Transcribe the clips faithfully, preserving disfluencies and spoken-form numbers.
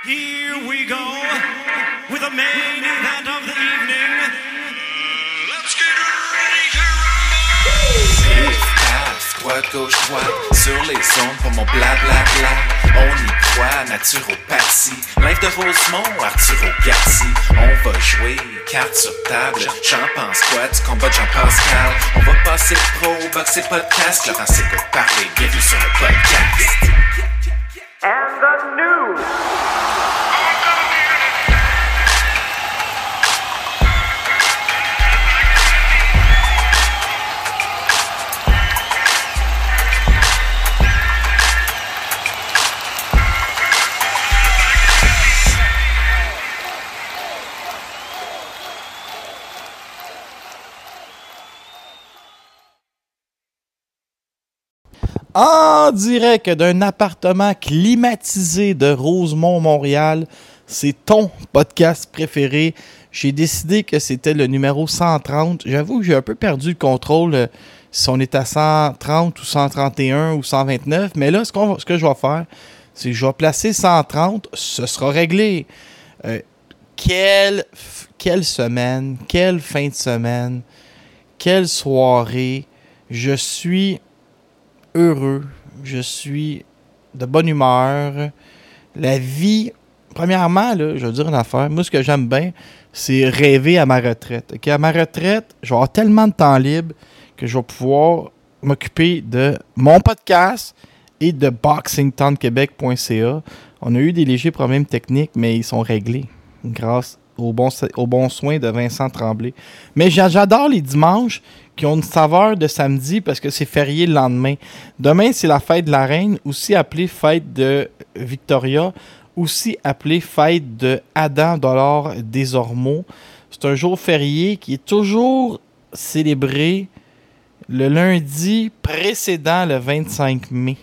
Here we go with the main event of the evening. Let's get ready to rumble! Efficace, droite, gauche, droite, sur les ondes pour mon blablabla. On y croit, naturopathie. Live de Rosemont, Arturo Garci. On va jouer, carte sur table. J'en pense quoi du combat de Jean-Pascal? On va passer pro, boxer podcast. Laurent s'écoute parler, bienvenue sur le podcast. And the news. En direct d'un appartement climatisé de Rosemont, Montréal, c'est ton podcast préféré. J'ai décidé que c'était le numéro cent trente. J'avoue que j'ai un peu perdu le contrôle euh, si on est à cent trente ou cent trente et un ou cent vingt-neuf. Mais là, ce, qu'on, ce que je vais faire, c'est que je vais placer cent trente. Ce sera réglé. Euh, quelle, quelle semaine, quelle fin de semaine, quelle soirée. Je suis heureux, je suis de bonne humeur. La vie, premièrement, là, je veux dire une affaire, moi ce que j'aime bien, c'est rêver à ma retraite. Okay? À ma retraite, je vais avoir tellement de temps libre que je vais pouvoir m'occuper de mon podcast et de boxing town québec point c a. On a eu des légers problèmes techniques, mais ils sont réglés grâce au bon, au bon soin de Vincent Tremblay. Mais j'adore les dimanches qui ont une saveur de samedi parce que c'est férié le lendemain. Demain, c'est la fête de la reine, aussi appelée fête de Victoria, aussi appelée fête de Adam Dollar Desormeaux. C'est un jour férié qui est toujours célébré le lundi précédent le vingt-cinq mai.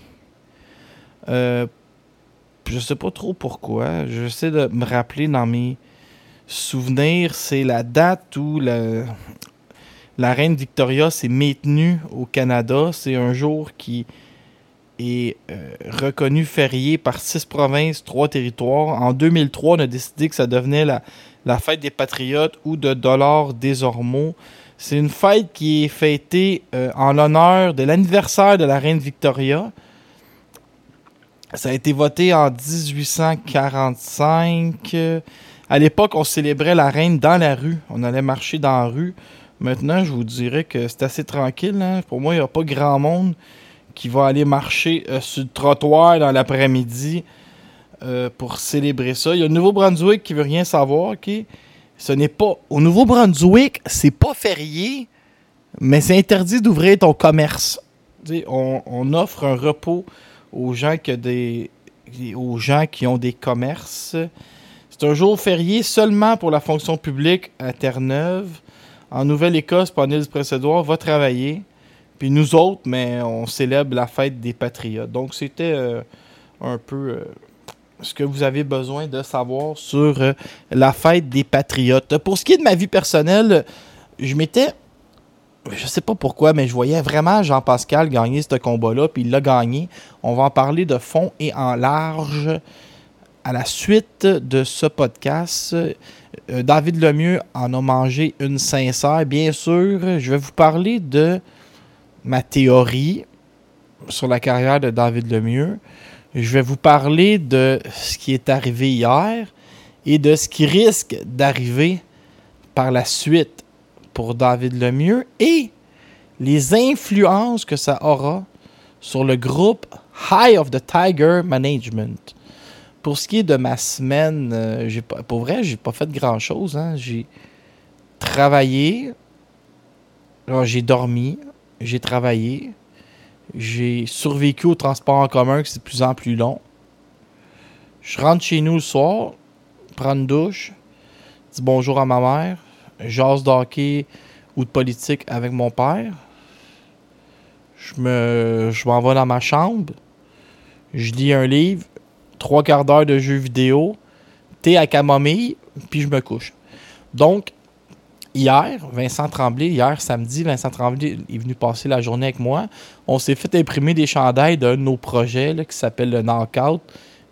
Euh, je sais pas trop pourquoi. J'essaie de me rappeler dans mes souvenirs. C'est la date où le... La reine Victoria s'est maintenue au Canada. C'est un jour qui est euh, reconnu férié par six provinces, trois territoires. En deux mille trois, on a décidé que ça devenait la, la fête des Patriotes ou de Dollar Desormeaux. C'est une fête qui est fêtée euh, en l'honneur de l'anniversaire de la reine Victoria. Ça a été voté en dix-huit cent quarante-cinq. À l'époque, on célébrait la reine dans la rue. On allait marcher dans la rue. Maintenant, je vous dirais que c'est assez tranquille. Hein? Pour moi, il n'y a pas grand monde qui va aller marcher euh, sur le trottoir dans l'après-midi euh, pour célébrer ça. Il y a le Nouveau-Brunswick qui veut rien savoir. Okay? Ce n'est pas... Au Nouveau-Brunswick, c'est pas férié, mais c'est interdit d'ouvrir ton commerce. On, on offre un repos aux gens, qui ont des, aux gens qui ont des commerces. C'est un jour férié seulement pour la fonction publique à Terre-Neuve. En Nouvelle-Écosse, par l'île du Prince-Édouard, va travailler. Puis nous autres, mais on célèbre la fête des Patriotes. Donc, c'était euh, un peu euh, ce que vous avez besoin de savoir sur euh, la fête des Patriotes. Pour ce qui est de ma vie personnelle, je m'étais... Je sais pas pourquoi, mais je voyais vraiment Jean-Pascal gagner ce combat-là, puis il l'a gagné. On va en parler de fond et en large à la suite de ce podcast. Euh, David Lemieux en a mangé une sincère, bien sûr. Je vais vous parler de ma théorie sur la carrière de David Lemieux. Je vais vous parler de ce qui est arrivé hier et de ce qui risque d'arriver par la suite pour David Lemieux et les influences que ça aura sur le groupe Eye of the Tiger Management. Pour ce qui est de ma semaine, euh, j'ai pas, pour vrai, j'ai pas fait grand-chose. Hein. J'ai travaillé, alors, j'ai dormi, j'ai travaillé, j'ai survécu au transport en commun qui c'est de plus en plus long. Je rentre chez nous le soir, prends une douche, dis bonjour à ma mère, jase d'hockey ou de politique avec mon père. Je me, je m'en vais dans ma chambre, je lis un livre, trois quarts d'heure de jeux vidéo, thé à camomille, puis je me couche. Donc, hier, Vincent Tremblay, hier samedi, Vincent Tremblay est venu passer la journée avec moi. On s'est fait imprimer des chandails d'un de nos projets là, qui s'appelle le Knockout.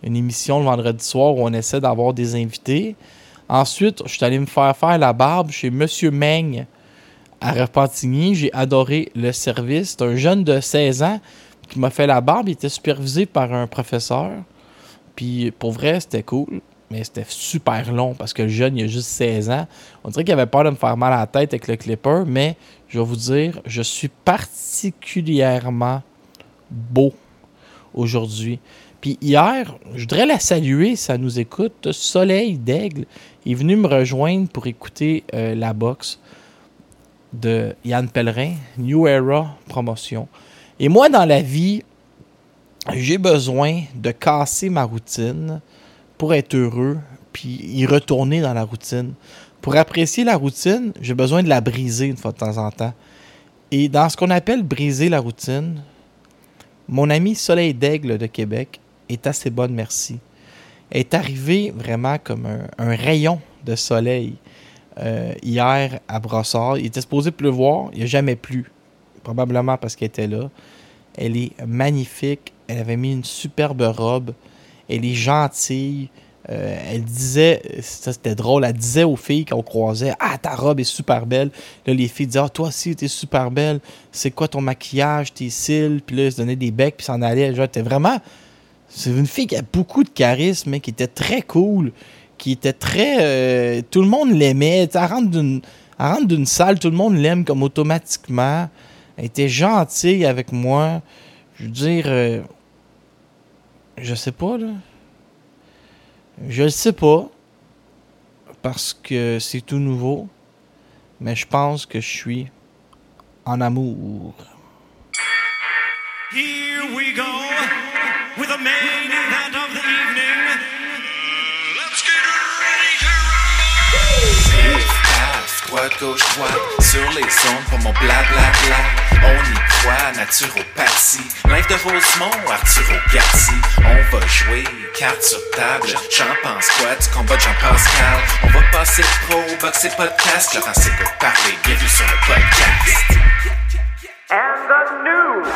une émission le vendredi soir où on essaie d'avoir des invités. Ensuite, je suis allé me faire faire la barbe chez Monsieur Meng à Repentigny. J'ai adoré le service. C'est un jeune de seize ans qui m'a fait la barbe. Il était supervisé par un professeur. Puis pour vrai, c'était cool. Mais c'était super long parce que le jeune, il a juste seize ans. On dirait qu'il avait peur de me faire mal à la tête avec le clipper. Mais je vais vous dire, je suis particulièrement beau aujourd'hui. Puis hier, je voudrais la saluer, ça nous écoute. Soleil d'Aigle est venu me rejoindre pour écouter euh, la boxe de Yann Pellerin, New Era Promotion. Et moi, dans la vie, j'ai besoin de casser ma routine pour être heureux, puis y retourner dans la routine. Pour apprécier la routine, j'ai besoin de la briser une fois de temps en temps. Et dans ce qu'on appelle briser la routine, mon ami Soleil d'Aigle de Québec est assez bonne, merci. Elle est arrivée vraiment comme un, un rayon de soleil euh, hier à Brossard. Il était supposé pleuvoir, il n'a jamais plu. Probablement parce qu'elle était là. Elle est magnifique. Elle avait mis une superbe robe. Elle est gentille. Euh, elle disait, ça c'était drôle, elle disait aux filles qu'on croisait, « Ah, ta robe est super belle. » Là, les filles disaient, « Ah, toi aussi, t'es super belle. C'est quoi ton maquillage, tes cils? » Puis là, elle se donnait des becs, puis s'en allait. Genre, t'es vraiment... C'est une fille qui a beaucoup de charisme, hein, qui était très cool, qui était très... Euh, tout le monde l'aimait. Elle rentre d'une, elle rentre d'une salle, tout le monde l'aime comme automatiquement. Elle était gentille avec moi. Je veux dire... Euh, je sais pas, là. Je le sais pas, parce que c'est tout nouveau, mais je pense que je suis en amour. Here we go with the main event of the evening. Let's get ready to rumble! Pif, paf, droite, gauche, droite, sur les ondes pour mon blablabla. On y croit, naturopathie. Live de Rosemont, Arturo Garci. On va jouer, carte sur table. J'en pense quoi du combat de Jean-Pascal? On va passer pro, boxer podcast. Laurent s'écoute parler, bienvenue sur le podcast. And the news.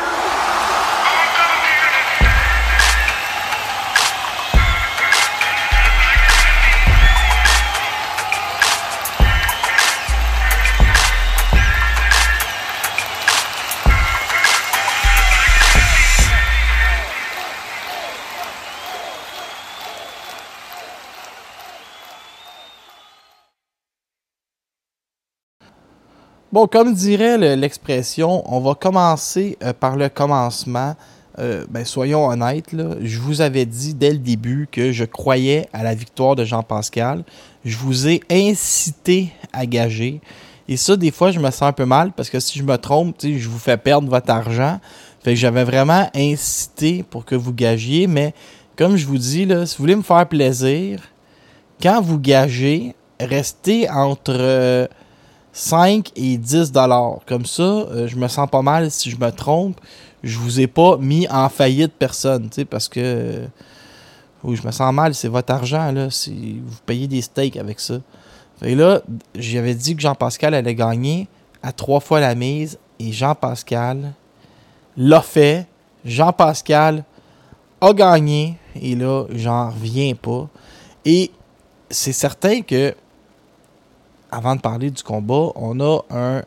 Bon, comme dirait le, l'expression, on va commencer euh, par le commencement. Euh, ben, soyons honnêtes, là, je vous avais dit dès le début que je croyais à la victoire de Jean-Pascal. Je vous ai incité à gager. Et ça, des fois, je me sens un peu mal parce que si je me trompe, je vous fais perdre votre argent. Fait que j'avais vraiment incité pour que vous gagiez. Mais comme je vous dis, là, si vous voulez me faire plaisir, quand vous gagez, restez entre... Euh, cinq et dix dollars. Comme ça, euh, je me sens pas mal si je me trompe. Je vous ai pas mis en faillite personne, tu sais, parce que euh, oui, je me sens mal, c'est votre argent, là. C'est, vous payez des steaks avec ça. Fait là, j'avais dit que Jean-Pascal allait gagner à trois fois la mise et Jean-Pascal l'a fait. Jean-Pascal a gagné et là, j'en reviens pas. Et c'est certain que avant de parler du combat, on a un...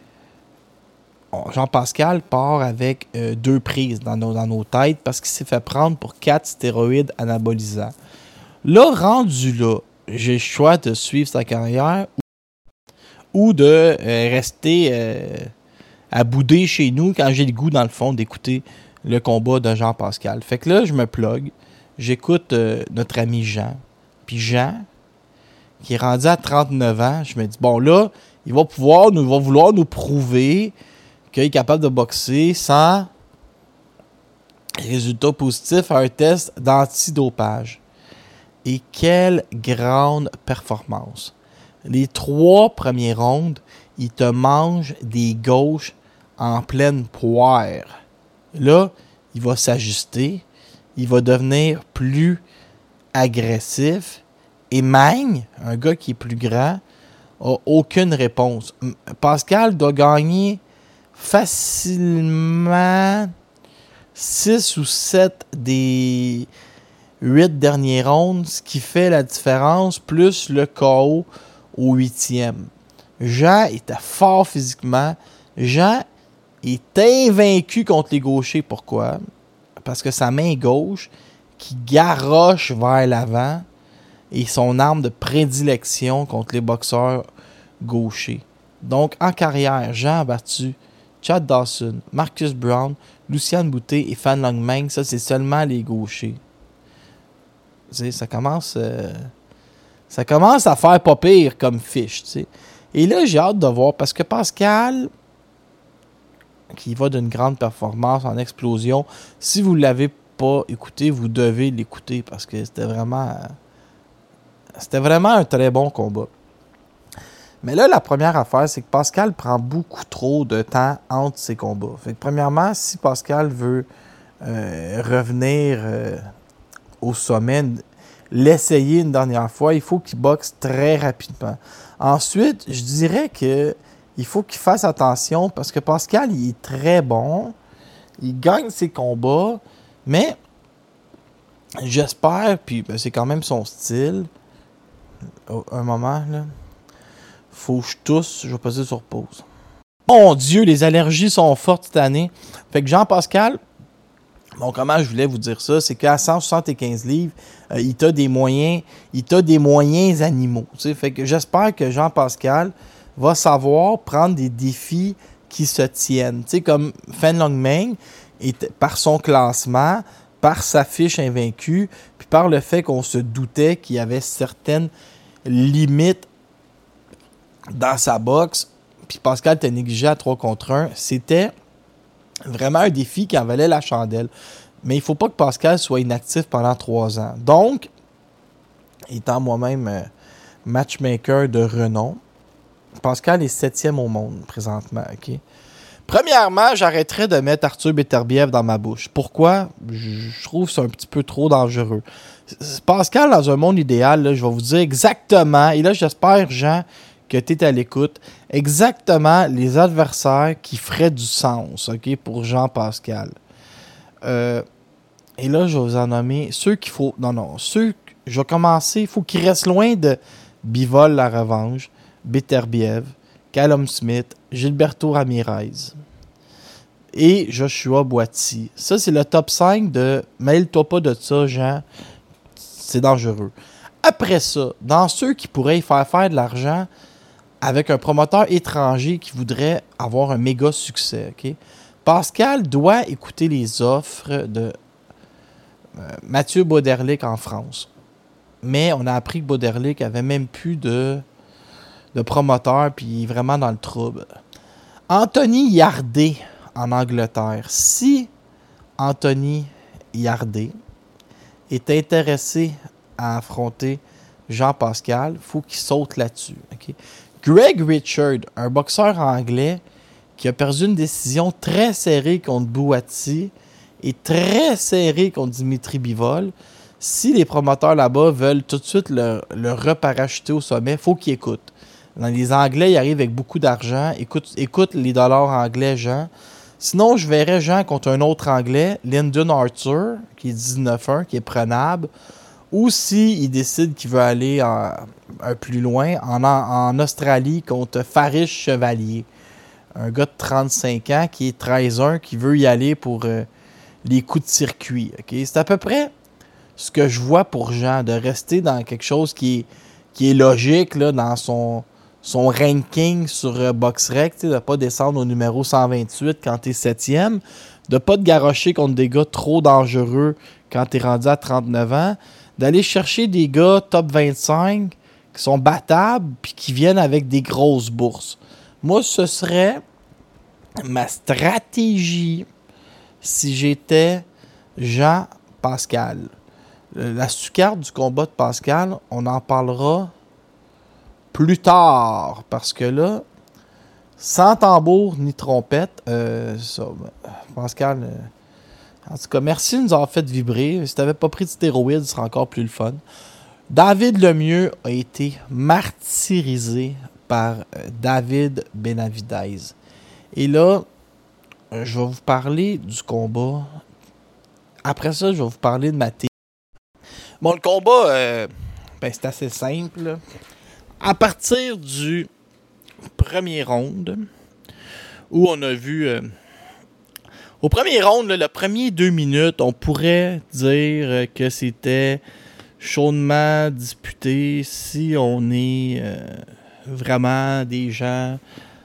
Jean-Pascal part avec euh, deux prises dans nos, dans nos têtes parce qu'il s'est fait prendre pour quatre stéroïdes anabolisants. Là, rendu là, j'ai le choix de suivre sa carrière ou, ou de euh, rester euh, à bouder chez nous quand j'ai le goût, dans le fond, d'écouter le combat de Jean-Pascal. Fait que là, je me plug, j'écoute euh, notre ami Jean. Puis Jean... qui est rendu à trente-neuf ans, je me dis, bon là, il va pouvoir, nous, il va vouloir nous prouver qu'il est capable de boxer sans résultat positif à un test d'antidopage. Et quelle grande performance. Les trois premiers rounds, il te mange des gauches en pleine poire. Là, il va s'ajuster, il va devenir plus agressif. Et Magne, un gars qui est plus grand, a aucune réponse. Pascal doit gagner facilement six ou sept des, huit derniers rounds, ce qui fait la différence, plus le K O au huitième. Jean était fort physiquement. Jean est invaincu contre les gauchers. Pourquoi? Parce que sa main gauche, qui garoche vers l'avant, est son arme de prédilection contre les boxeurs gauchers. Donc, en carrière, Jean a battu Chad Dawson, Marcus Brown, Lucian Boutet et Fan Long Meng. Ça, c'est seulement les gauchers. Tu sais, ça commence... Euh, ça commence à faire pas pire comme fiche, tu sais. Et là, j'ai hâte de voir, parce que Pascal, qui va d'une grande performance en explosion, si vous ne l'avez pas écouté, vous devez l'écouter, parce que c'était vraiment... C'était vraiment un très bon combat. Mais là, la première affaire, c'est que Pascal prend beaucoup trop de temps entre ses combats. Fait que premièrement, si Pascal veut euh, revenir euh, au sommet, l'essayer une dernière fois, il faut qu'il boxe très rapidement. Ensuite, je dirais que il faut qu'il fasse attention parce que Pascal, il est très bon. Il gagne ses combats, mais j'espère, puis ben, c'est quand même son style. Un moment, là. Faut que je tousse, je vais passer sur pause. Mon Dieu, les allergies sont fortes cette année. Fait que Jean-Pascal, bon, comment je voulais vous dire ça, c'est qu'à cent soixante-quinze livres, euh, il t'a des moyens, il t'a des moyens animaux. Tu sais, fait que j'espère que Jean-Pascal va savoir prendre des défis qui se tiennent. Tu sais, comme Fan Long Meng, par son classement, par sa fiche invaincue, puis par le fait qu'on se doutait qu'il y avait certaines limites dans sa boxe, puis Pascal était négligé à trois contre un, c'était vraiment un défi qui en valait la chandelle. Mais il ne faut pas que Pascal soit inactif pendant trois ans. Donc, étant moi-même euh, matchmaker de renom, Pascal est septième au monde présentement. Okay? Premièrement, j'arrêterais de mettre Arthur Beterbiev dans ma bouche. Pourquoi? Je trouve que c'est un petit peu trop dangereux. Pascal, dans un monde idéal, là, je vais vous dire exactement, et là j'espère, Jean, que tu es à l'écoute, exactement les adversaires qui feraient du sens, OK, pour Jean-Pascal. Euh, et là, je vais vous en nommer ceux qu'il faut... Non, non, ceux... Je vais commencer, il faut qu'ils restent loin de Bivol la revanche, Beterbiev, Callum Smith, Gilberto Ramirez et Joshua Boiti. Ça, c'est le top cinq de... Mêle-toi pas de ça, Jean. C'est dangereux. Après ça, dans ceux qui pourraient faire faire de l'argent avec un promoteur étranger qui voudrait avoir un méga succès, OK? Pascal doit écouter les offres de euh, Mathieu Bauderlic en France. Mais on a appris que Bauderlic avait même plus de, de promoteur, puis il est vraiment dans le trouble. Anthony Yardet en Angleterre. Si Anthony Yardet est intéressé à affronter Jean-Pascal, il faut qu'il saute là-dessus. Okay? Greg Richard, un boxeur anglais qui a perdu une décision très serrée contre Boiti et très serrée contre Dimitri Bivol. Si les promoteurs là-bas veulent tout de suite le, le reparachuter au sommet, il faut qu'ils écoutent. Dans les Anglais, ils arrivent avec beaucoup d'argent. Écoute, écoute les dollars anglais, Jean. Sinon, je verrais Jean contre un autre Anglais, Lyndon Arthur, qui est dix-neuf un, qui est prenable. Ou s'il décide qu'il veut aller en, un plus loin, en, en Australie contre Farish Chevalier. Un gars de trente-cinq ans qui est treize un, qui veut y aller pour euh, les coups de circuit. Okay? C'est à peu près ce que je vois pour Jean, de rester dans quelque chose qui est, qui est logique là, dans son, son ranking sur euh, BoxRec, de ne pas descendre au numéro cent vingt-huit quand tu es septième, de ne pas te garrocher contre des gars trop dangereux quand tu es rendu à trente-neuf ans, d'aller chercher des gars top vingt-cinq qui sont battables puis qui viennent avec des grosses bourses. Moi, ce serait ma stratégie si j'étais Jean-Pascal. La sous-carte du combat de Pascal, on en parlera plus tard. Parce que là, sans tambour ni trompette, euh, ça, Pascal... Euh, en tout cas, merci de nous avoir fait vibrer. Si tu n'avais pas pris de stéroïdes, ce serait encore plus le fun. David Lemieux a été martyrisé par David Benavidez. Et là, je vais vous parler du combat. Après ça, je vais vous parler de ma théorie. Bon, le combat, euh, ben, c'est assez simple. Là. À partir du premier round, où on a vu... Euh, au premier round, là, le premier deux minutes, on pourrait dire que c'était chaudement disputé si on est euh, vraiment des gens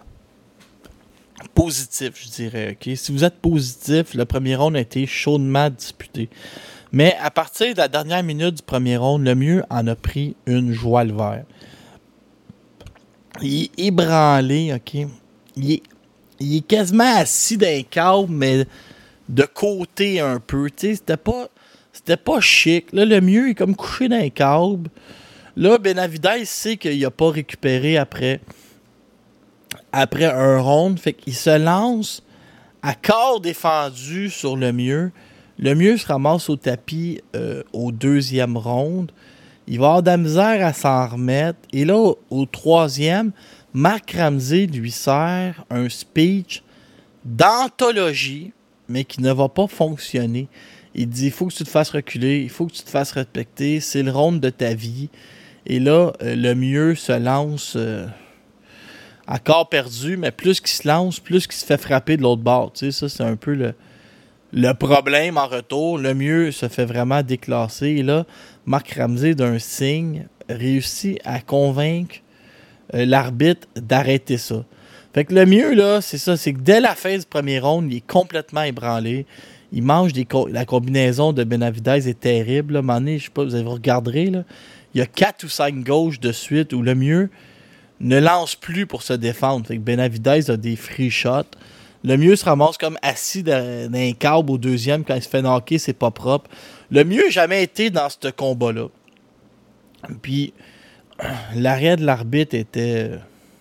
positifs, je dirais. Okay? Si vous êtes positif, le premier round a été chaudement disputé. Mais à partir de la dernière minute du premier round, le mieux en a pris une joie le vert. Il est ébranlé, OK? Il est, il est quasiment assis dans un câble, mais de côté un peu. Tu sais, c'était pas, c'était pas chic. Là, le mieux, il est comme couché dans un câble. Là, Benavidez sait qu'il n'a pas récupéré après, après un round. Fait qu'il se lance à corps défendu sur le mieux. Le mieux se ramasse au tapis euh, au deuxième round. Il va avoir de la misère à s'en remettre. Et là, au, au troisième, Mark Ramsey lui sert un speech d'anthologie, mais qui ne va pas fonctionner. Il dit, il faut que tu te fasses reculer, il faut que tu te fasses respecter, c'est le round de ta vie. Et là, euh, le mieux se lance euh, à corps perdu, mais plus qu'il se lance, plus qu'il se fait frapper de l'autre bord. Tu sais, ça, c'est un peu le... Le problème en retour, le mieux se fait vraiment déclasser. Et là, Mark Ramsey, d'un signe, réussit à convaincre euh, l'arbitre d'arrêter ça. Fait que le mieux, là, c'est ça, c'est que dès la fin du premier round, il est complètement ébranlé. Il mange des co- la combinaison de Benavidez est terrible. Là. À un moment donné, je sais pas, vous avez regardé, là. Il y a quatre ou cinq gauches de suite où le mieux ne lance plus pour se défendre. Fait que Benavidez a des free shots. Le mieux se ramasse comme assis dans, dans un câble au deuxième quand il se fait knocker, c'est pas propre. Le mieux n'a jamais été dans ce combat-là. Puis, l'arrêt de l'arbitre était...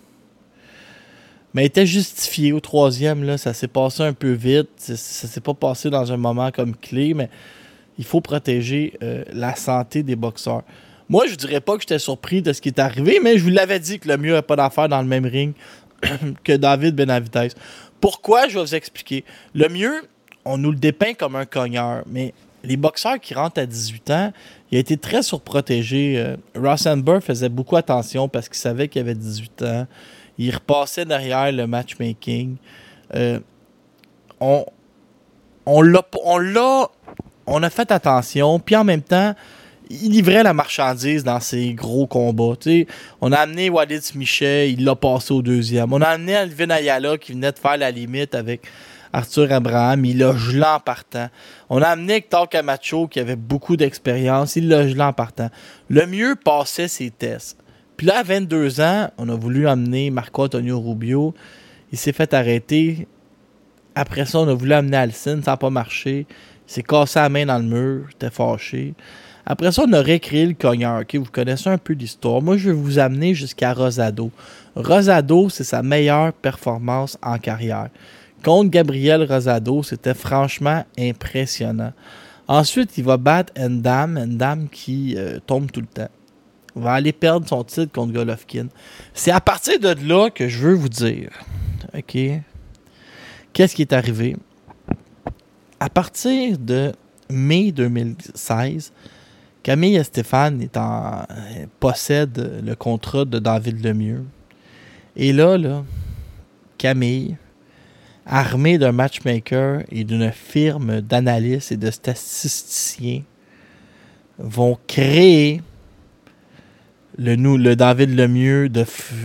Mais était justifié au troisième. Là, ça s'est passé un peu vite. Ça, ça s'est pas passé dans un moment comme clé, mais il faut protéger euh, la santé des boxeurs. Moi, je dirais pas que j'étais surpris de ce qui est arrivé, mais je vous l'avais dit que le mieux n'a pas d'affaire dans le même ring que David Benavidez. Pourquoi? Je vais vous expliquer. Le mieux, on nous le dépeint comme un cogneur, mais les boxeurs qui rentrent à dix-huit ans, il a été très surprotégé. Euh, Rosenberg faisait beaucoup attention parce qu'il savait qu'il avait dix-huit ans. Il repassait derrière le matchmaking. Euh, on, on l'a, on l'a, on a fait attention, puis en même temps, il livrait la marchandise dans ses gros combats. T'sais. On a amené Walid Smichet, il l'a passé au deuxième. On a amené Alvin Ayala qui venait de faire la limite avec Arthur Abraham, il l'a gelé en partant. On a amené Hector Camacho qui avait beaucoup d'expérience, il l'a gelé en partant. Le mieux passait ses tests. Puis là, à vingt-deux ans, on a voulu amener Marco Antonio Rubio. Il s'est fait arrêter. Après ça, on a voulu amener Alcine, ça n'a pas marché. Il s'est cassé la main dans le mur, il était fâché. Après ça, on a récréé le cogneur. Okay? Vous connaissez un peu l'histoire. Moi, je vais vous amener jusqu'à Rosado. Rosado, c'est sa meilleure performance en carrière. Contre Gabriel Rosado, c'était franchement impressionnant. Ensuite, il va battre Ndam. Ndam qui euh, tombe tout le temps. Il va aller perdre son titre contre Golovkin. C'est à partir de là que je veux vous dire. OK. Qu'est-ce qui est arrivé? À partir de mai deux mille seize, Camille Estefan est en, possède le contrat de David Lemieux. Et là, là, Camille, armé d'un matchmaker et d'une firme d'analystes et de statisticiens, vont créer le, le David Lemieux de f...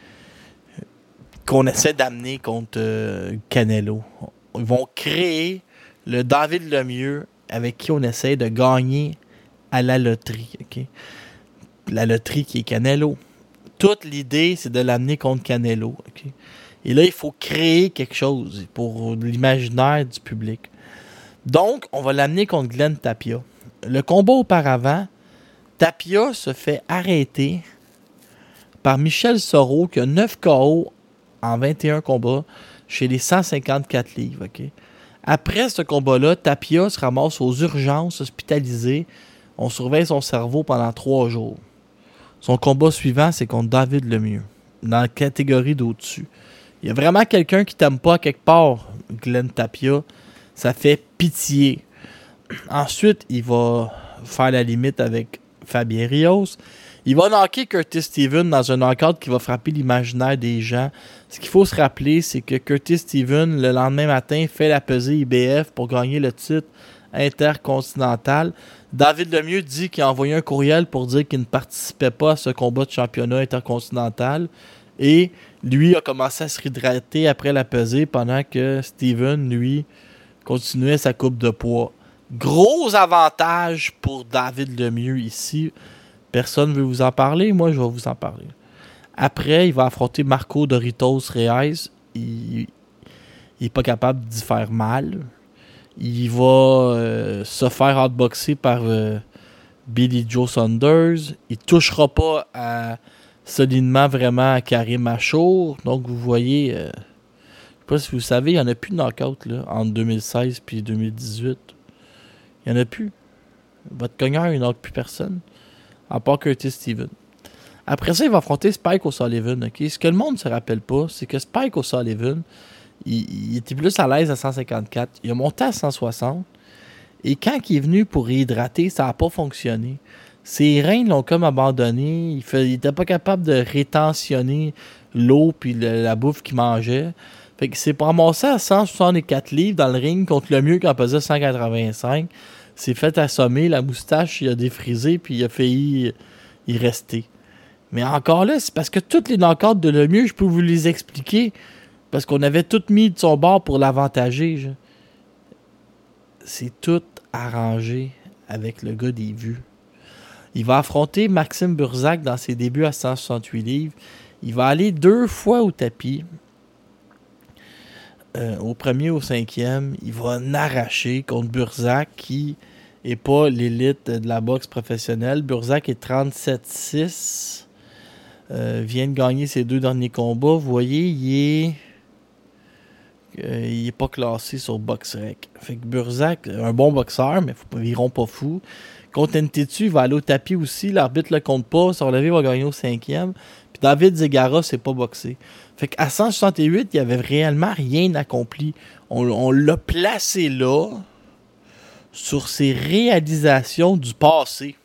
qu'on essaie d'amener contre euh, Canelo. Ils vont créer le David Lemieux avec qui on essaie de gagner à la loterie. Okay? La loterie qui est Canelo. Toute l'idée, c'est de l'amener contre Canelo. Okay? Et là, il faut créer quelque chose pour l'imaginaire du public. Donc, on va l'amener contre Glenn Tapia. Le combat auparavant, Tapia se fait arrêter par Michel Soro qui a neuf K O en vingt et un combats chez les cent cinquante-quatre livres. Okay? Après ce combat-là, Tapia se ramasse aux urgences, hospitalisé. On surveille son cerveau pendant trois jours. Son combat suivant, c'est contre David Lemieux, dans la catégorie d'au-dessus. Il y a vraiment quelqu'un qui t'aime pas quelque part, Glenn Tapia. Ça fait pitié. Ensuite, il va faire la limite avec Fabien Rios. Il va knocker Curtis Stevens dans un knockout qui va frapper l'imaginaire des gens. Ce qu'il faut se rappeler, c'est que Curtis Stevens, le lendemain matin, fait la pesée I B F pour gagner le titre intercontinental. David Lemieux dit qu'il a envoyé un courriel pour dire qu'il ne participait pas à ce combat de championnat intercontinental. Et lui a commencé à se réhydrater après la pesée pendant que Steven, lui, continuait sa coupe de poids. Gros avantage pour David Lemieux ici. Personne ne veut vous en parler, moi je vais vous en parler. Après, il va affronter Marco Doritos Reis. Il n'est pas capable d'y faire mal. Il va euh, se faire outboxer par euh, Billy Joe Saunders. Il ne touchera pas à, solidement vraiment à Karim Achour. Donc vous voyez, euh, je ne sais pas si vous savez, il n'y en a plus de knockout là, entre deux mille seize et deux mille dix-huit. Il n'y en a plus. Votre cogneur, il n'y en a plus personne. À part Curtis Stevens. Après ça, il va affronter Spike O'Sullivan. Okay? Ce que le monde ne se rappelle pas, c'est que Spike O'Sullivan, il, il était plus à l'aise à cent cinquante-quatre. Il a monté à cent soixante. Et quand il est venu pour réhydrater, ça n'a pas fonctionné. Ses reins l'ont comme abandonné. Il n'était pas capable de rétentionner l'eau et la bouffe qu'il mangeait. Fait que c'est pour ramasser à cent soixante-quatre livres dans le ring contre le mieux qui en pesait cent quatre-vingt-cinq. C'est fait assommer, la moustache, il a défrisé, puis il a failli y rester. Mais encore là, c'est parce que toutes les knockouts de Lemieux, je peux vous les expliquer, parce qu'on avait tout mis de son bord pour l'avantager. Je. C'est tout arrangé avec le gars des vues. Il va affronter Maxime Burzac dans ses débuts à cent soixante-huit livres. Il va aller deux fois au tapis. Euh, au premier, au cinquième, il va en arracher contre Burzac qui n'est pas l'élite de la boxe professionnelle. Burzac est trente-sept six. Euh, vient de gagner ses deux derniers combats. Vous voyez, il est, euh, il est pas classé sur BoxRec. Fait que Burzac, un bon boxeur, mais faut, ils iront pas fou. Contre Ntetu, il va aller au tapis aussi. L'arbitre le compte pas. Son relevé va gagner au cinquième. Puis David Zegara, c'est pas boxé. Fait qu'à cent soixante-huit, il n'y avait réellement rien accompli. On, on l'a placé là sur ses réalisations du passé.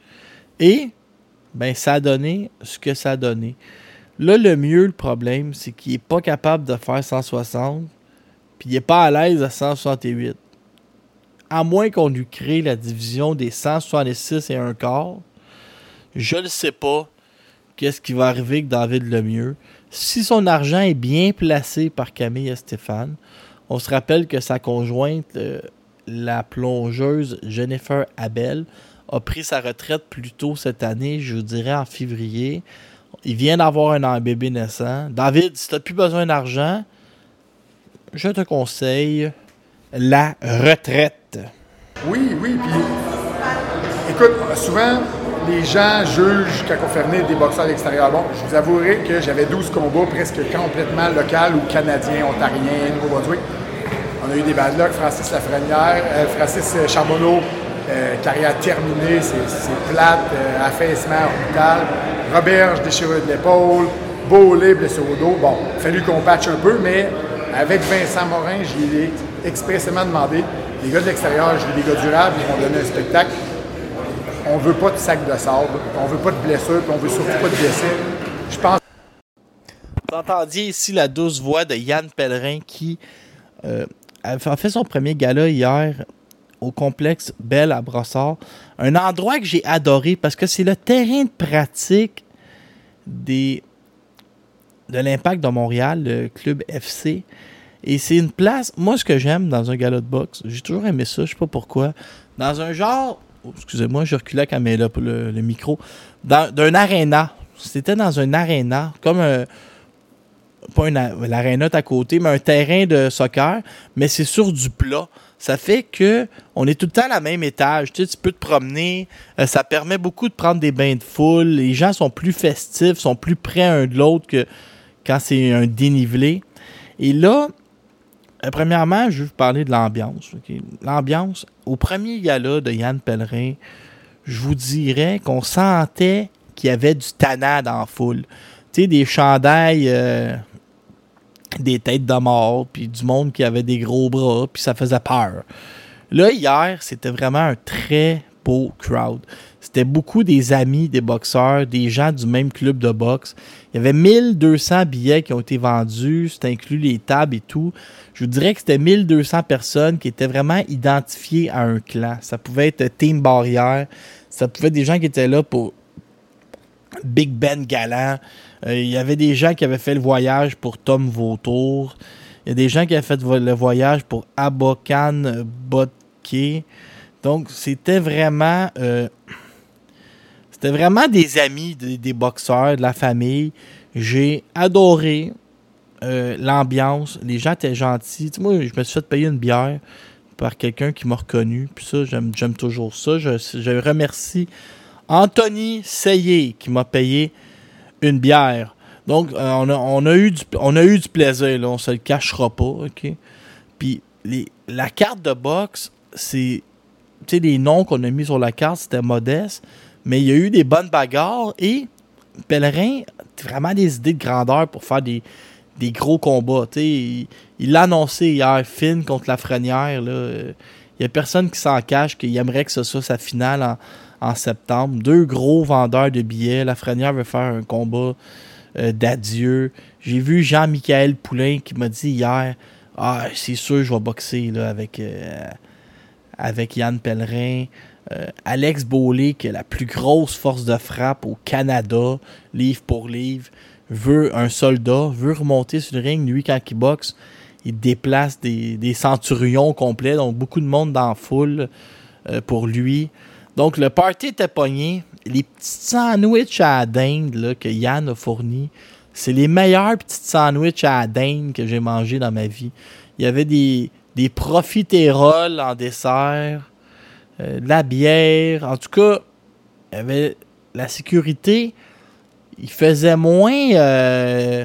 Et, ben, ça a donné ce que ça a donné. Là, le mieux, le problème, c'est qu'il n'est pas capable de faire cent soixante, puis il n'est pas à l'aise à cent soixante-huit. À moins qu'on lui crée la division des cent soixante-six et un quart, je ne sais pas qu'est-ce qui va arriver avec David Lemieux. Si son argent est bien placé par Camille Estefan, on se rappelle que sa conjointe, euh, la plongeuse Jennifer Abel, a pris sa retraite plus tôt cette année, je vous dirais en février. Il vient d'avoir un bébé naissant. David, si tu n'as plus besoin d'argent, je te conseille la retraite. Oui, oui, puis écoute, souvent, les gens jugent quand on fait venir des boxeurs à l'extérieur. Bon, je vous avouerai que j'avais douze combats presque complètement locaux ou canadiens, ontariens, Nouveau-Brunswick. On a eu des bad luck. Francis Lafrenière, euh, Francis Charbonneau, euh, carrière terminée, c'est, c'est plate, euh, affaissement orbital. Roberge, déchirure de l'épaule. Beaulé, blessure au dos. Bon, il a fallu qu'on patche un peu, mais avec Vincent Morin, je lui ai expressément demandé. Les gars de l'extérieur, je veux des gars durables, ils vont donner un spectacle. On veut pas de sac de sable, on veut pas de blessures, puis on veut surtout pas de blessés. Je pense. Vous entendiez ici la douce voix de Yann Pellerin qui euh, a fait son premier gala hier au complexe Bell à Brossard. Un endroit que j'ai adoré parce que c'est le terrain de pratique des de l'Impact de Montréal, le club F C. Et c'est une place, moi ce que j'aime dans un gala de boxe, j'ai toujours aimé ça, je sais pas pourquoi, dans un genre, oh, excusez-moi, je reculais quand même là pour le, le micro, dans, d'un aréna. C'était dans un aréna, comme un, pas un, l'aréna est à côté, mais un terrain de soccer, mais c'est sur du plat. Ça fait que on est tout le temps à la même étage. Tu sais, tu peux te promener. Euh, ça permet beaucoup de prendre des bains de foule. Les gens sont plus festifs, sont plus près un de l'autre que quand c'est un dénivelé. Et là, euh, premièrement, je vais vous parler de l'ambiance. Okay? L'ambiance, au premier gala de Yann Pellerin, je vous dirais qu'on sentait qu'il y avait du tannant dans la foule. Tu sais, des chandails... Euh, des têtes de mort, puis du monde qui avait des gros bras, puis ça faisait peur. Là, hier, c'était vraiment un très beau crowd. C'était beaucoup des amis des boxeurs, des gens du même club de boxe. Il y avait mille deux cents billets qui ont été vendus, c'est inclus les tables et tout. Je vous dirais que c'était mille deux cents personnes qui étaient vraiment identifiées à un clan. Ça pouvait être Team Barrière, ça pouvait être des gens qui étaient là pour Big Ben Galant. Euh, il y avait des gens qui avaient fait le voyage pour Tom Vautour. Il y a des gens qui avaient fait le voyage pour Abokan Botke. Donc, c'était vraiment... Euh, c'était vraiment des amis, des, des boxeurs, de la famille. J'ai adoré euh, l'ambiance. Les gens étaient gentils. Tu sais, moi, je me suis fait payer une bière par quelqu'un qui m'a reconnu. Puis ça, j'aime, j'aime toujours ça. Je, je remercie Anthony Seyé qui m'a payé une bière. Donc, euh, on, a, on, a eu du, on a eu du plaisir, là, on se le cachera pas, OK? Puis, les, la carte de boxe, c'est... Tu sais, les noms qu'on a mis sur la carte, c'était modeste, mais il y a eu des bonnes bagarres et Pellerin a vraiment des idées de grandeur pour faire des, des gros combats. Tu sais, il, il l'a annoncé hier, Finn contre Lafrenière, là. Il y a personne qui s'en cache qu'il aimerait que ce soit sa finale en, en septembre. Deux gros vendeurs de billets. Lafrenière veut faire un combat Euh, d'adieu. J'ai vu Jean-Michel Poulain qui m'a dit hier « Ah, c'est sûr je vais boxer là, avec, euh, avec Yann Pellerin. Euh, » Alex Beaulieu, qui a la plus grosse force de frappe au Canada, livre pour livre, veut un soldat, veut remonter sur le ring. Lui, quand il boxe, il déplace des, des centurions complets, donc beaucoup de monde dans la foule euh, pour lui. Donc, le party était pogné. Les petits sandwichs à la dinde là, que Yann a fournis, c'est les meilleurs petits sandwichs à la dinde que j'ai mangés dans ma vie. Il y avait des, des profiteroles en dessert, euh, de la bière. En tout cas, il y avait la sécurité. Il faisait moins... Euh,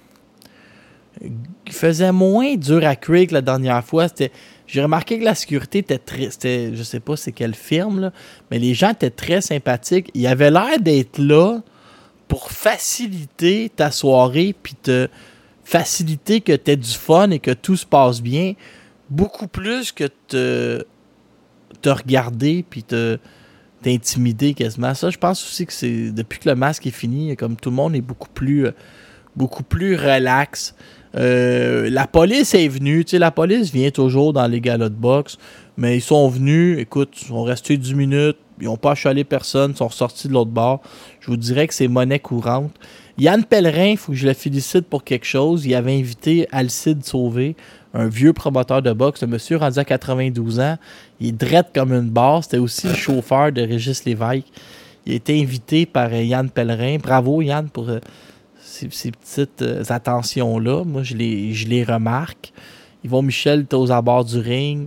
il faisait moins dur à cuire que la dernière fois. C'était... J'ai remarqué que la sécurité était très... C'était, je sais pas c'est quelle firme, là, mais les gens étaient très sympathiques. Ils avaient l'air d'être là pour faciliter ta soirée puis te faciliter que tu aies du fun et que tout se passe bien. Beaucoup plus que te, te regarder puis te, t'intimider quasiment. Ça, je pense aussi que c'est... Depuis que le masque est fini, comme tout le monde est beaucoup plus, beaucoup plus relax. Euh, la police est venue, tu sais, la police vient toujours dans les galas de boxe, mais ils sont venus, écoute, ils sont restés dix minutes, ils n'ont pas achalé personne, ils sont ressortis de l'autre bord. Je vous dirais que c'est monnaie courante. Yann Pellerin, il faut que je le félicite pour quelque chose. Il avait invité Alcide Sauvé, un vieux promoteur de boxe, le monsieur rendu à quatre-vingt-douze ans. Il est drette comme une barre. C'était aussi le chauffeur de Régis Lévesque. Il a été invité par Yann Pellerin. Bravo Yann pour... Euh, Ces, ces petites euh, attentions-là, moi, je les, je les remarque. Yvon Michel était aux abords du ring.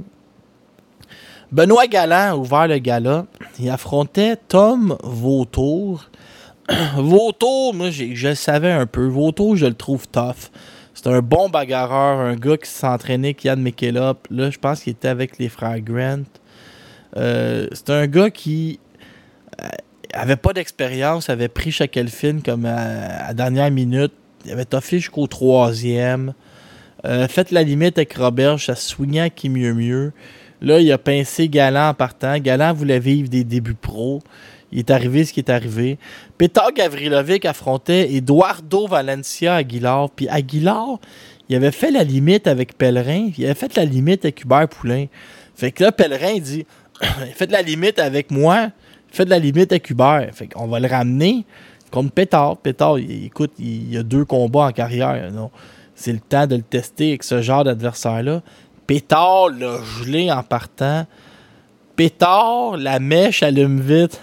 Benoît Galland a ouvert le gala. Il affrontait Tom Vautour. Vautour, moi, j'ai, je le savais un peu. Vautour, je le trouve tough. C'est un bon bagarreur, un gars qui s'entraînait avec Yann McKillop. Là, je pense qu'il était avec les frères Grant. Euh, c'est un gars qui... Euh, avait pas d'expérience, avait pris Shackleton comme à, à dernière minute. Il avait toffé jusqu'au troisième. Euh, fait la limite avec Roberge, ça se swingait qui mieux mieux. Là, il a pincé Galland en partant. Galland voulait vivre des débuts pro. Il est arrivé ce qui est arrivé. Petar Gavrilovic affrontait Eduardo Valencia Aguilar. Puis Aguilar, il avait fait la limite avec Pellerin. Il avait fait la limite avec Hubert Poulain. Fait que là, Pellerin, il dit « Faites la limite avec moi. » Fait de la limite avec Hubert. Fait qu'on va le ramener contre Pétard. Pétard, il, écoute, il, il a deux combats en carrière. Non? C'est le temps de le tester avec ce genre d'adversaire-là. Pétard l'a gelé en partant. Pétard, la mèche allume vite.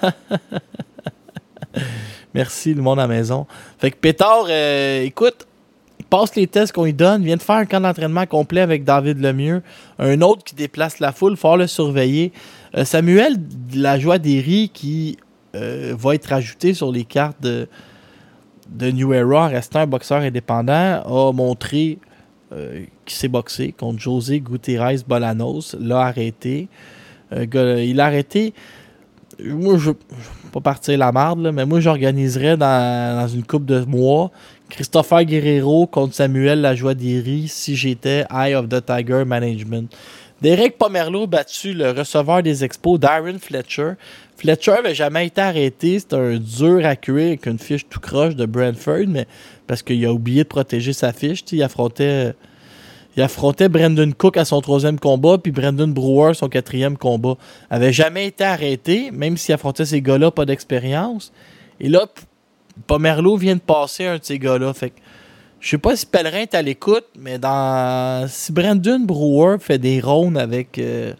Merci, le monde à la maison. Fait que Pétard, euh, écoute, il passe les tests qu'on lui donne, vient de faire un camp d'entraînement complet avec David Lemieux. Un autre qui déplace la foule, il faut le surveiller. Euh, Samuel Lajoie-Derry, qui euh, va être ajouté sur les cartes de, de New Era en restant un boxeur indépendant, a montré euh, qu'il s'est boxé contre José Gutiérrez Bolanos, l'a arrêté. Euh, il a arrêté. Moi, je ne vais pas partir la marde, là, mais moi, j'organiserais dans, dans une couple de mois Christopher Guerrero contre Samuel Lajoie-Derry si j'étais Eye of the Tiger Management. Derek Pomerleau a battu le receveur des Expos, Darren Fletcher. Fletcher n'avait jamais été arrêté. C'était un dur à cuire avec une fiche tout croche de Brentford, mais parce qu'il a oublié de protéger sa fiche. Il affrontait, il affrontait Brandon Cook à son troisième combat, puis Brandon Brewer son quatrième combat. Il n'avait jamais été arrêté, même s'il affrontait ces gars-là, pas d'expérience. Et là, Pomerleau vient de passer un de ces gars-là. Fait que je sais pas si Pellerin est à l'écoute, mais dans si Brandon Brewer fait des rounds avec, euh,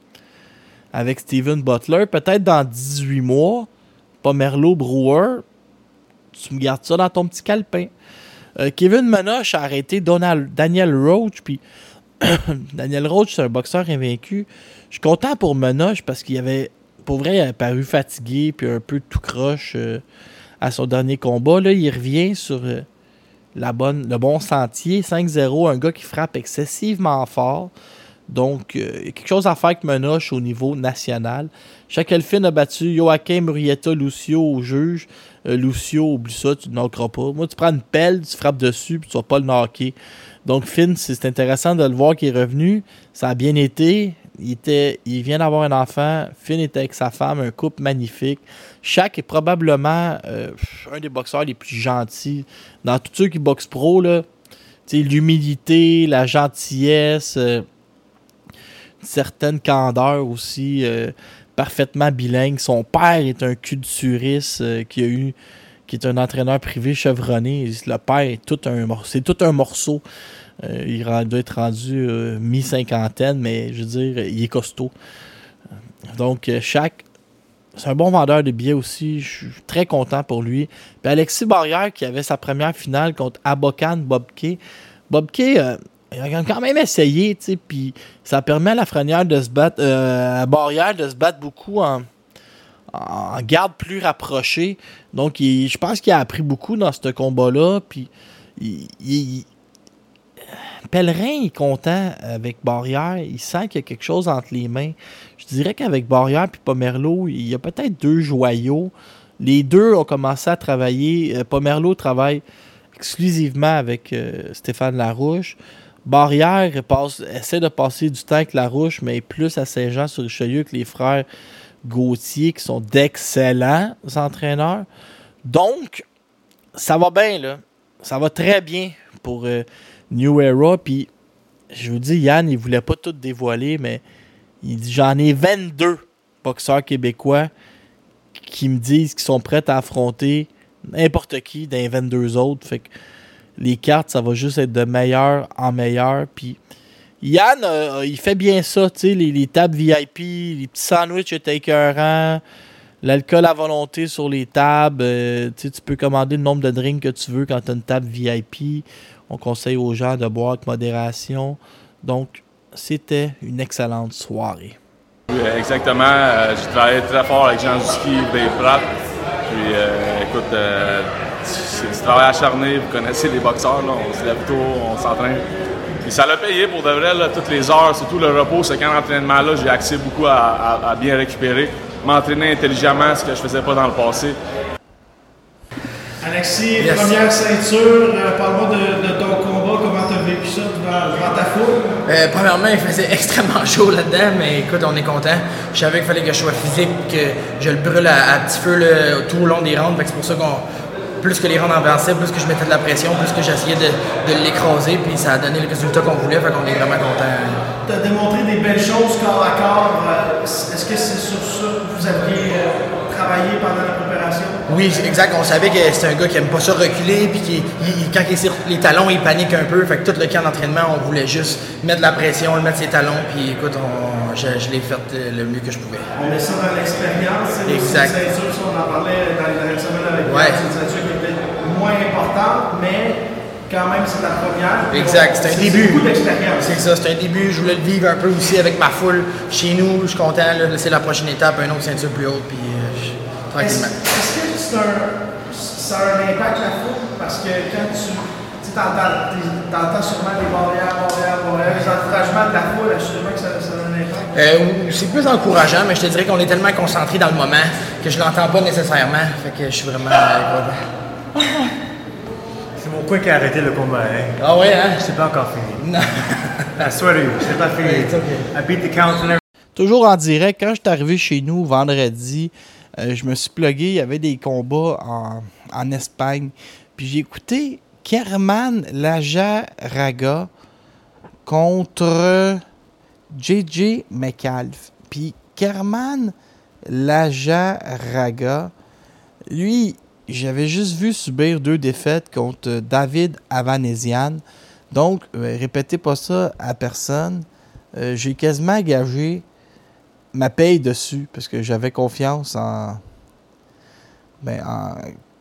avec Steven Butler, peut-être dans dix-huit mois, Pomerleau Brewer, tu me gardes ça dans ton petit calepin. Euh, Kevin Menoche a arrêté Donald, Daniel Roach, puis Daniel Roach, c'est un boxeur invaincu. Je suis content pour Menoche parce qu'il avait, pour vrai, il avait paru fatigué, puis un peu tout croche euh, à son dernier combat. Là, il revient sur... Euh, La bonne, le bon sentier, cinq zéro, un gars qui frappe excessivement fort. Donc, euh, il y a quelque chose à faire avec Menoche au niveau national. Shackleton a battu Joaquim Murrieta Lucio au juge. Euh, Lucio, oublie ça, tu ne knockeras pas. Moi, tu prends une pelle, tu frappes dessus, puis tu vas pas le knocker. Donc, Finn, c'est intéressant de le voir qu'il est revenu. Ça a bien été. Il, était, il vient d'avoir un enfant. Finn était avec sa femme, un couple magnifique. Shaq est probablement euh, un des boxeurs les plus gentils. Dans tous ceux qui boxent pro, là, l'humilité, la gentillesse, euh, une certaine candeur aussi, euh, parfaitement bilingue. Son père est un cul de suris euh, qui a eu, qui est un entraîneur privé chevronné. Le père est tout un morceau. C'est tout un morceau. Euh, il doit être rendu euh, mi-cinquantaine, mais je veux dire, il est costaud. Donc, euh, Shaq, c'est un bon vendeur de billets aussi. Je suis très content pour lui. Puis Alexis Barrière, qui avait sa première finale contre Abokan Bobke. Bobke, euh, il a quand même essayé, tu sais, puis ça permet à Lafrenière de se battre, euh, à Barrière de se battre beaucoup en, en garde plus rapprochée. Donc, il, je pense qu'il a appris beaucoup dans ce combat-là. Puis, il, il Pellerin est content avec Barrière. Il sent qu'il y a quelque chose entre les mains. Je dirais qu'avec Barrière et Pomerleau, il y a peut-être deux joyaux. Les deux ont commencé à travailler. Euh, Pomerleau travaille exclusivement avec euh, Stéphane Larouche. Barrière passe, essaie de passer du temps avec Larouche, mais plus à Saint-Jean-sur-Richelieu que les frères Gauthier, qui sont d'excellents entraîneurs. Donc, ça va bien, là. Ça va très bien pour... Euh, New Era, puis je vous dis, Yann, il voulait pas tout dévoiler, mais il dit, j'en ai vingt-deux boxeurs québécois qui me disent qu'ils sont prêts à affronter n'importe qui dans les vingt-deux autres. Fait que les cartes, ça va juste être de meilleur en meilleur. Puis Yann, euh, il fait bien ça, tu sais, les, les tables V I P, les petits sandwichs étaient écœurants, l'alcool à volonté sur les tables. Euh, tu peux commander le nombre de drinks que tu veux quand tu as une table V I P. On conseille aux gens de boire avec modération. Donc, c'était une excellente soirée. Oui, exactement. Euh, j'ai travaillé très fort avec Jean Zuski et Dave Pratt. Puis, euh, écoute, euh, c'est du travail acharné. Vous connaissez les boxeurs, là. On se lève tôt, on s'entraîne. Puis ça l'a payé pour de vrai, là, toutes les heures, surtout le repos. Ce camp d'entraînement-là, j'ai accès beaucoup à, à, à bien récupérer, m'entraîner intelligemment, ce que je faisais pas dans le passé. Alexis, yes. Première ceinture, euh, parle-moi de, de ton combat, comment tu as vécu ça devant, devant ta foule? Euh, premièrement, il faisait extrêmement chaud là-dedans, mais écoute, on est content. Je savais qu'il fallait que je sois physique, que je le brûle à, à petit feu là, tout au long des rounds. C'est pour ça qu'on, plus que les rounds avançaient, plus que je mettais de la pression, plus que j'essayais de, de l'écraser, puis ça a donné le résultat qu'on voulait, fait qu'on est vraiment content. Tu as démontré des belles choses corps à corps. Est-ce que c'est sur ça que vous aviez euh, travaillé pendant la préparation? Oui, exact. On savait que c'est un gars qui aime pas ça reculer, puis qui, il, quand il est sur les talons, il panique un peu. Fait que tout le camp d'entraînement, on voulait juste mettre de la pression, le mettre ses talons, puis écoute, on, je, je l'ai fait le mieux que je pouvais. On met ça dans l'expérience. Exact. C'est une ceinture, si on en parlait dans les dernières semaines avec ouais. toi, c'est une ceinture qui est peut-être moins importante, mais quand même, c'est la première. Exact, c'est un c'est début. beaucoup d'expérience. C'est ça, c'est un début. Je voulais le vivre un peu aussi avec ma foule. Chez nous, je suis content. Là, c'est la prochaine étape, une autre ceinture plus haute, puis euh, je, tranquillement. Est-ce, est-ce que c'est un, ça a un impact la foule? Parce que quand tu, tu t'entends, t'entends sûrement des barrières, barrières, barrières, les encouragements de la foule, assurément que ça, ça a un impact? Euh, c'est plus encourageant, mais je te dirais qu'on est tellement concentré dans le moment que je l'entends pas nécessairement. Fait que je suis vraiment content. C'est mon coin qui a arrêté le combat, hein. Ah ouais, hein? C'est pas encore fini. Non. I swear to you, c'est pas fini. It's okay. I beat the count and everything. Toujours en direct, quand je suis arrivé chez nous vendredi, euh, je me suis plugué, il y avait des combats en, en Espagne. Puis j'ai écouté Kerman Lajaraga contre J J McAlpha. Puis Kerman Lajaraga, lui, j'avais juste vu subir deux défaites contre David Avanesian. Donc, euh, répétez pas ça à personne. Euh, j'ai quasiment gagé ma paye dessus parce que j'avais confiance en, ben, en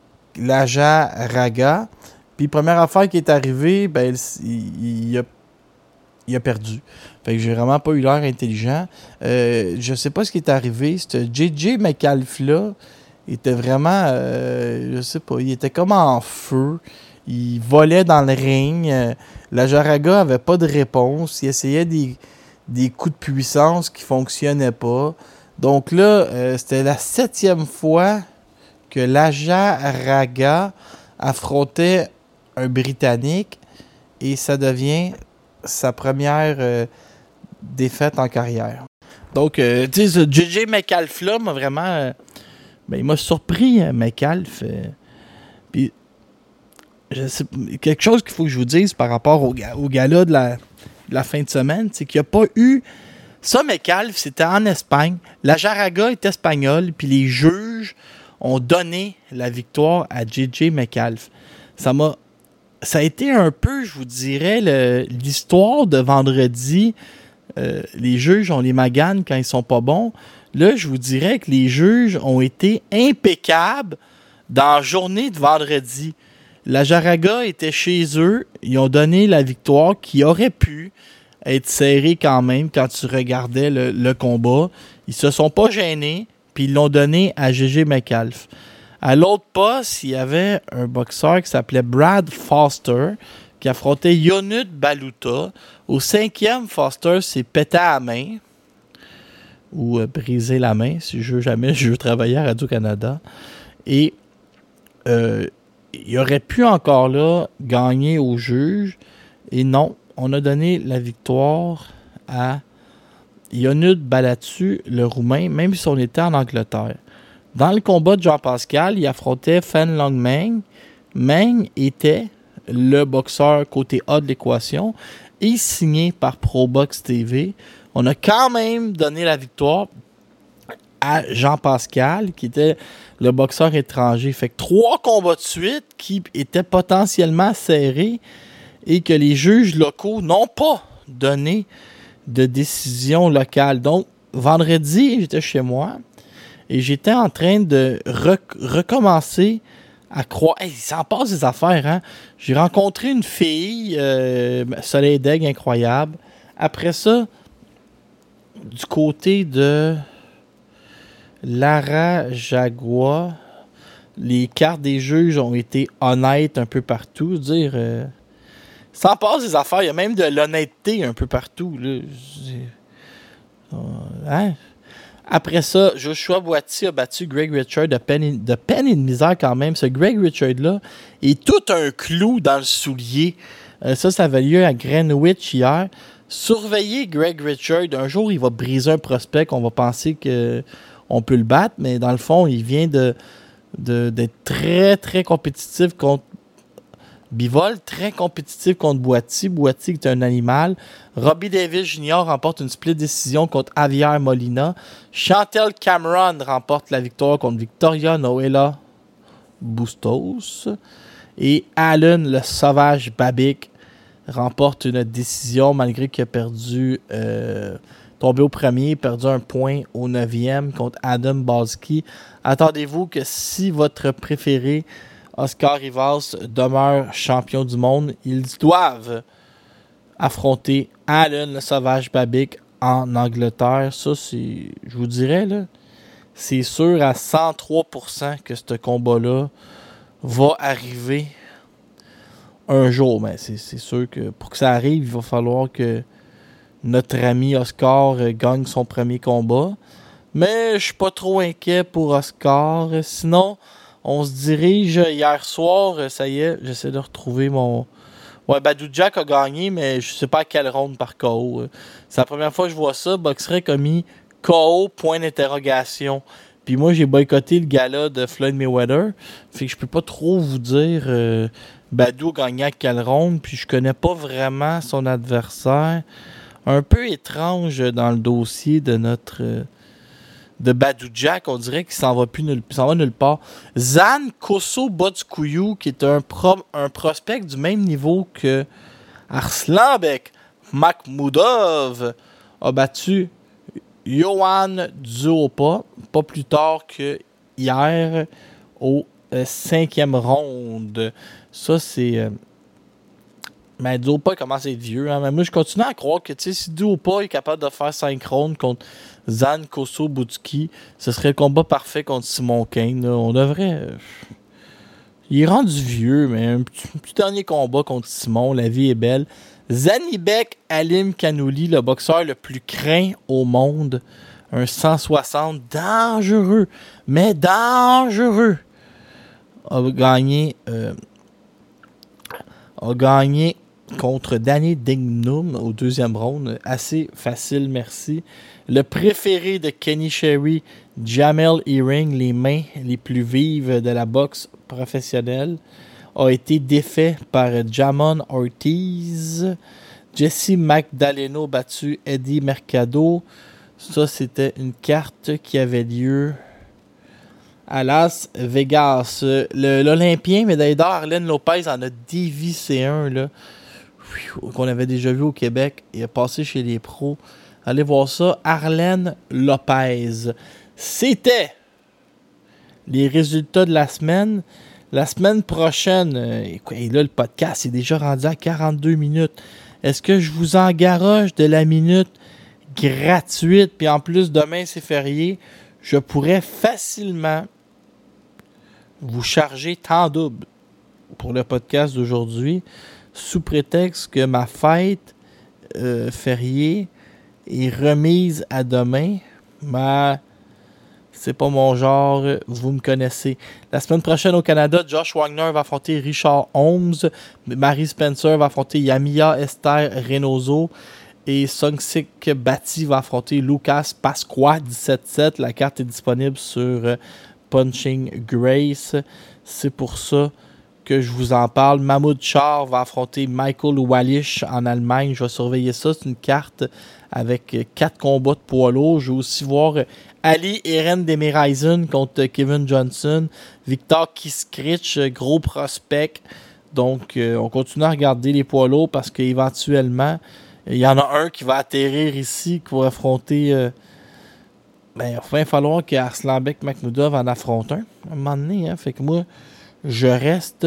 Lajaraga. Puis, première affaire qui est arrivée, ben, il, il, a, il a perdu. Fait que j'ai vraiment pas eu l'air intelligent. Euh, je sais pas ce qui est arrivé. Ce J J McAlpha-là était vraiment, euh, je sais pas, il était comme en feu. Il volait dans le ring. Euh, Lajaraga avait pas de réponse. Il essayait des, des coups de puissance qui fonctionnaient pas. Donc là, euh, c'était la septième fois que Lajaraga affrontait un Britannique et ça devient sa première euh, défaite en carrière. Donc, euh, tu sais, ce J J McAlpha m'a vraiment... Euh, ben, il m'a surpris, euh, McAlpha. Euh, Puis, je sais, quelque chose qu'il faut que je vous dise par rapport au, au gala de la, de la fin de semaine, c'est qu'il n'y a pas eu... Ça, McAlpha, c'était en Espagne. Lajaraga est espagnol, puis les juges ont donné la victoire à J J McAlpha. Ça m'a... Ça a été un peu, je vous dirais, le, l'histoire de vendredi. Euh, les juges ont les maganes quand ils sont pas bons. Là, je vous dirais que les juges ont été impeccables dans la journée de vendredi. Lajaraga était chez eux. Ils ont donné la victoire qui aurait pu être serrée quand même quand tu regardais le, le combat. Ils se sont pas gênés, puis ils l'ont donné à J J McAlpha. À l'autre poste, il y avait un boxeur qui s'appelait Brad Foster qui affrontait Yonut Baluta. Au cinquième, Foster s'est pété à la main ou euh, brisé la main, si je veux jamais je veux travailler à Radio-Canada. Et euh, il aurait pu encore là gagner au juge. Et non, on a donné la victoire à Yonut Balatu, le Roumain, même si on était en Angleterre. Dans le combat de Jean-Pascal, il affrontait Fan Long Meng. Meng était le boxeur côté A de l'équation et signé par ProBox T V. On a quand même donné la victoire à Jean-Pascal, qui était le boxeur étranger. Fait que trois combats de suite qui étaient potentiellement serrés et que les juges locaux n'ont pas donné de décision locale. Donc, vendredi, j'étais chez moi. Et j'étais en train de rec- recommencer à croire... Hey, il s'en passe des affaires, hein? J'ai rencontré une fille, euh, Soleil d'Aigle, incroyable. Après ça, du côté de Lara-Jagua, les cartes des juges ont été honnêtes un peu partout. Dire, euh, s'en passe des affaires, il y a même de l'honnêteté un peu partout. Là. Euh, hein? Après ça, Joshua Boiti a battu Greg Richard de peine et de, peine et de misère quand même. Ce Greg Richard-là est tout un clou dans le soulier. Euh, ça, ça avait lieu à Greenwich hier. Surveillez Greg Richard. Un jour, il va briser un prospect. On va penser qu'on peut le battre, mais dans le fond, il vient de, de, d'être très, très compétitif contre Bivol, très compétitif contre Boiti. Boiti est un animal. Robbie Davis Junior remporte une split décision contre Javier Molina. Chantel Cameron remporte la victoire contre Victoria Noella Bustos. Et Allen, le sauvage Babic, remporte une décision malgré qu'il a perdu, euh, tombé au premier, perdu un point au neuvième contre Adam Balski. Attendez-vous que si votre préféré Oscar Rivas demeure champion du monde, ils doivent affronter Allen, le sauvage Babic, en Angleterre. Ça, c'est, je vous dirais, là, c'est sûr à cent trois pour cent que ce combat-là va arriver un jour. Mais c'est, c'est sûr que pour que ça arrive, il va falloir que notre ami Oscar gagne son premier combat. Mais je suis pas trop inquiet pour Oscar. Sinon, On se dirige hier soir, ça y est, j'essaie de retrouver mon... Ouais, Badou Jack a gagné, mais je sais pas à quelle ronde par K O. C'est la première fois que je vois ça. BoxRec a mis K O, point d'interrogation. Puis moi, j'ai boycotté le gala de Floyd Mayweather. Fait que je peux pas trop vous dire euh, Badou a gagné à quelle ronde. Puis je connais pas vraiment son adversaire. Un peu étrange dans le dossier de notre... Euh, de Badou Jack, on dirait qu'il s'en va plus nulle, s'en va nulle part. Zan Koso Botskuyu, qui est un, pro, un prospect du même niveau que Arslanbek Makhmoudov, a battu Yohan Duopa, pas plus tard que hier, au euh, cinquième ronde. Ça, c'est... Euh, mais Duopa commence à être vieux. Hein? Mais moi, je continue à croire que si Duopa est capable de faire cinq rondes contre Zan Koso Botskuyu, ce serait le combat parfait contre Simon Kane. Là. On devrait... Euh, il est rendu vieux, mais un petit, un petit dernier combat contre Simon. La vie est belle. Zanibek Alim Kanouli, le boxeur le plus craint au monde. Un cent soixante dangereux, mais dangereux. A gagné... Euh, a gagné contre Danny Dignum au deuxième round. Assez facile, merci. Le préféré de Kenny Sherry, Jamel Herring, les mains les plus vives de la boxe professionnelle, a été défait par Jamon Ortiz. Jesse Magdaleno battu Eddie Mercado. Ça, c'était une carte qui avait lieu à Las Vegas. Le, L'Olympien médaille d'or Arlen Lopez en a dévissé un là, qu'on avait déjà vu au Québec. Il est passé chez les pros. Allez voir ça. Arlen Lopez. C'était les résultats de la semaine. La semaine prochaine, et là, le podcast est déjà rendu à quarante-deux minutes. Est-ce que je vous en garoche de la minute gratuite? Puis en plus, demain, c'est férié. Je pourrais facilement vous charger temps double pour le podcast d'aujourd'hui, sous prétexte que ma fête euh, fériée est remise à demain. Mais c'est pas mon genre, vous me connaissez. La semaine prochaine au Canada, Josh Wagner va affronter Richard Holmes. Marie Spencer va affronter Yamiya Esther Reynoso. Et Sungsik Bati va affronter Lucas Pasqua, dix-sept sept. La carte est disponible sur euh, Punching Grace. C'est pour ça que je vous en parle. Mahmoud Char va affronter Michael Wallisch en Allemagne. Je vais surveiller ça. C'est une carte avec quatre combats de poids lourds. Je vais aussi voir Ali Eren Demireisen contre Kevin Johnson. Victor Kiskrich, gros prospect. Donc, euh, on continue à regarder les poids lourds parce qu'éventuellement, il y en a un qui va atterrir ici, qui va affronter... Euh, ben, il va falloir que Arslanbek Makhmoudov en affronte un. À un moment donné, hein. Fait que moi, je reste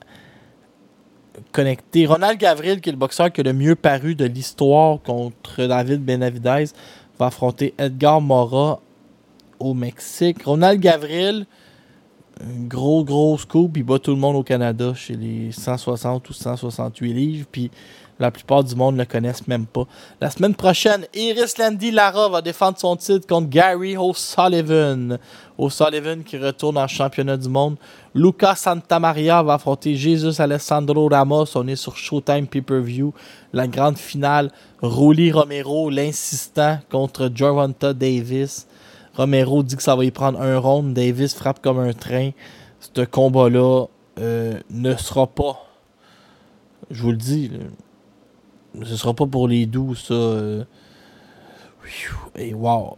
connecté. Ronald Gavril, qui est le boxeur qui a le mieux paru de l'histoire contre David Benavidez, va affronter Edgar Mora au Mexique. Ronald Gavril, un gros, gros scoop. Il bat tout le monde au Canada chez les cent soixante ou cent soixante-huit livres. Puis la plupart du monde ne le connaissent même pas. La semaine prochaine, Iris Landy Lara va défendre son titre contre Gary O'Sullivan. O'Sullivan qui retourne en championnat du monde. Lucas Santamaria va affronter Jesus Alessandro Ramos. On est sur Showtime Pay-Per-View. La grande finale. Rolly Romero, l'insistant, contre Gervonta Davis. Romero dit que ça va y prendre un round. Davis frappe comme un train. Ce combat-là euh, ne sera pas... Je vous le dis, là, ce sera pas pour les doux, ça. Euh... Et wow.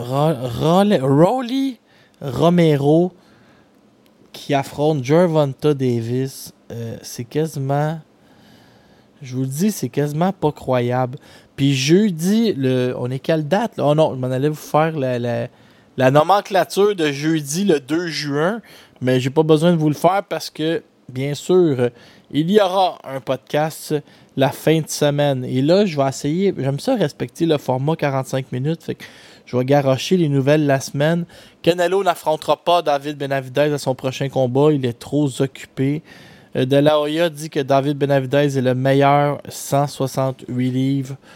Rolly Romero qui affronte Gervonta Davis. Euh, c'est quasiment... Je vous le dis, c'est quasiment pas croyable. Puis jeudi, le, on est quelle date? Là? Oh non, je m'en allais vous faire la, la, la nomenclature de jeudi, le deux juin. Mais j'ai pas besoin de vous le faire parce que, bien sûr, il y aura un podcast la fin de semaine. Et là, je vais essayer, j'aime ça respecter le format quarante-cinq minutes, fait que je vais garrocher les nouvelles la semaine. Canelo n'affrontera pas David Benavidez à son prochain combat, il est trop occupé. De La Hoya dit que David Benavidez est le meilleur cent soixante-huit livres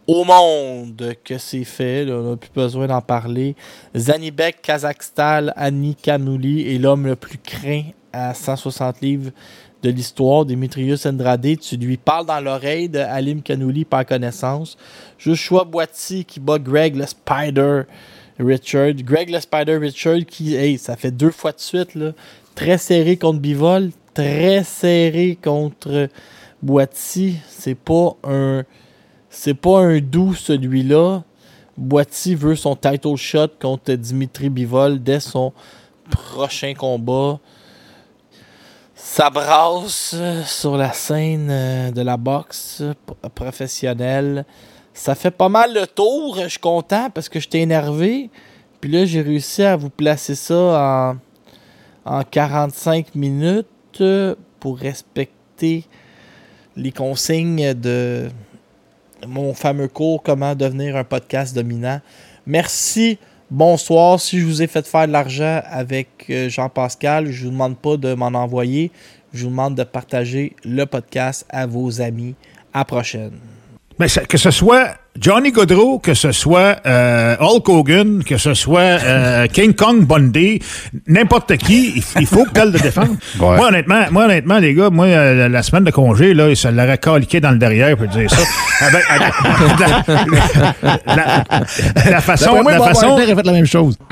au monde que c'est fait. Là, on n'a plus besoin d'en parler. Zanibek Kazakhstan, Annie Kanouli est l'homme le plus craint à cent soixante livres de l'histoire. Demetrius Andrade, tu lui parles dans l'oreille de Halim Kanouli par connaissance. Joshua Boiti qui bat Greg le Spider Richard. Greg le Spider Richard qui, hey, ça fait deux fois de suite, là, très serré contre Bivol, très serré contre Boiti. C'est pas un c'est pas un doux celui-là. Boiti veut son title shot contre Dimitri Bivol dès son prochain combat. Ça brasse sur la scène de la boxe professionnelle. Ça fait pas mal le tour. Je suis content parce que j'étais énervé. Puis là, j'ai réussi à vous placer ça en, en quarante-cinq minutes pour respecter les consignes de mon fameux cours « Comment devenir un podcast dominant ». Merci. Bonsoir. Si je vous ai fait faire de l'argent avec Jean-Pascal, je ne vous demande pas de m'en envoyer. Je vous demande de partager le podcast à vos amis. À la prochaine. Mais ça, que ce soit Johnny Gaudreau, que ce soit euh, Hulk Hogan, que ce soit euh, King Kong Bundy, n'importe qui, il, il faut que tu le défendre. Ouais. Moi, honnêtement, moi, honnêtement, les gars, moi, euh, la semaine de congé, là, ça l'aurait caliqué dans le derrière, pour dire ça. Avec, avec, la, la, la façon... La façon... a fait la même chose.